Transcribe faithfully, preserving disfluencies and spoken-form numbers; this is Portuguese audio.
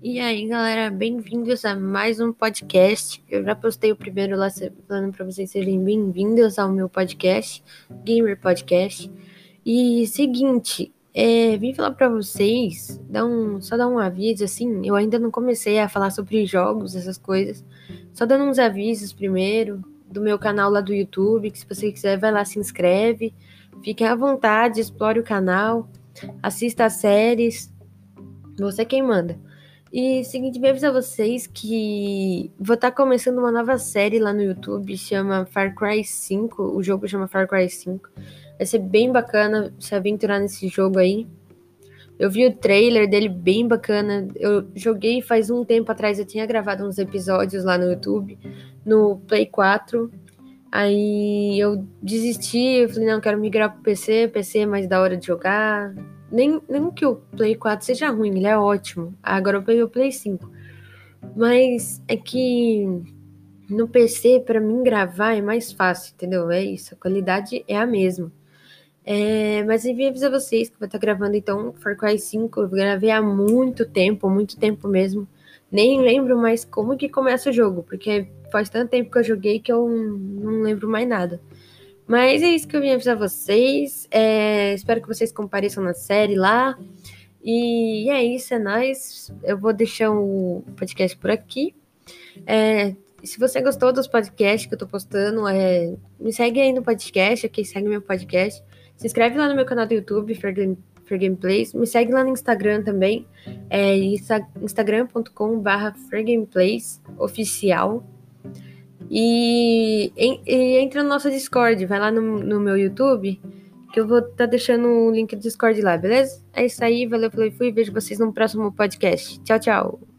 E aí, galera, bem-vindos a mais um podcast. Eu já postei o primeiro lá falando para vocês serem bem-vindos ao meu podcast, Gamer Podcast. E seguinte, é, vim falar para vocês, dar um, só dar um aviso assim. Eu ainda não comecei a falar sobre jogos, essas coisas. Só dando uns avisos primeiro do meu canal lá do YouTube, que se você quiser vai lá, se inscreve. Fiquem à vontade, explore o canal, assista as séries. Você é quem manda. E seguinte, me avisar vocês que vou estar começando uma nova série lá no YouTube, chama Far Cry cinco, o jogo chama Far Cry cinco. Vai ser bem bacana se aventurar nesse jogo aí. Eu vi o trailer dele bem bacana. Eu joguei faz um tempo atrás, eu tinha gravado uns episódios lá no YouTube, no Play quatro. Aí eu desisti, eu falei, não, quero migrar pro P C, P C é mais da hora de jogar. Nem, nem que o Play quatro seja ruim, ele é ótimo. Agora eu peguei o Play cinco. Mas é que no P C, pra mim gravar é mais fácil, entendeu? É isso, a qualidade é a mesma. É, mas eu vim avisar vocês que eu vou estar gravando então Far Cry cinco. Eu gravei há muito tempo, muito tempo mesmo. Nem lembro mais como que começa o jogo, porque faz tanto tempo que eu joguei que eu não lembro mais nada. Mas é isso que eu vim avisar vocês. É, espero que vocês compareçam na série lá. E é isso, é nóis. Eu vou deixar o podcast por aqui. É, se você gostou dos podcasts que eu tô postando, é, me segue aí no podcast, aqui segue meu podcast. Se inscreve lá no meu canal do YouTube, Fair Game, Fair Gameplays. Me segue lá no Instagram também, é instagram ponto com barra Fair Gameplays oficial. E, e, e entra no nosso Discord, vai lá no, no meu YouTube, que eu vou estar tá deixando o link do Discord lá, beleza? É isso aí, valeu, falei, fui, vejo vocês no próximo podcast. Tchau, tchau.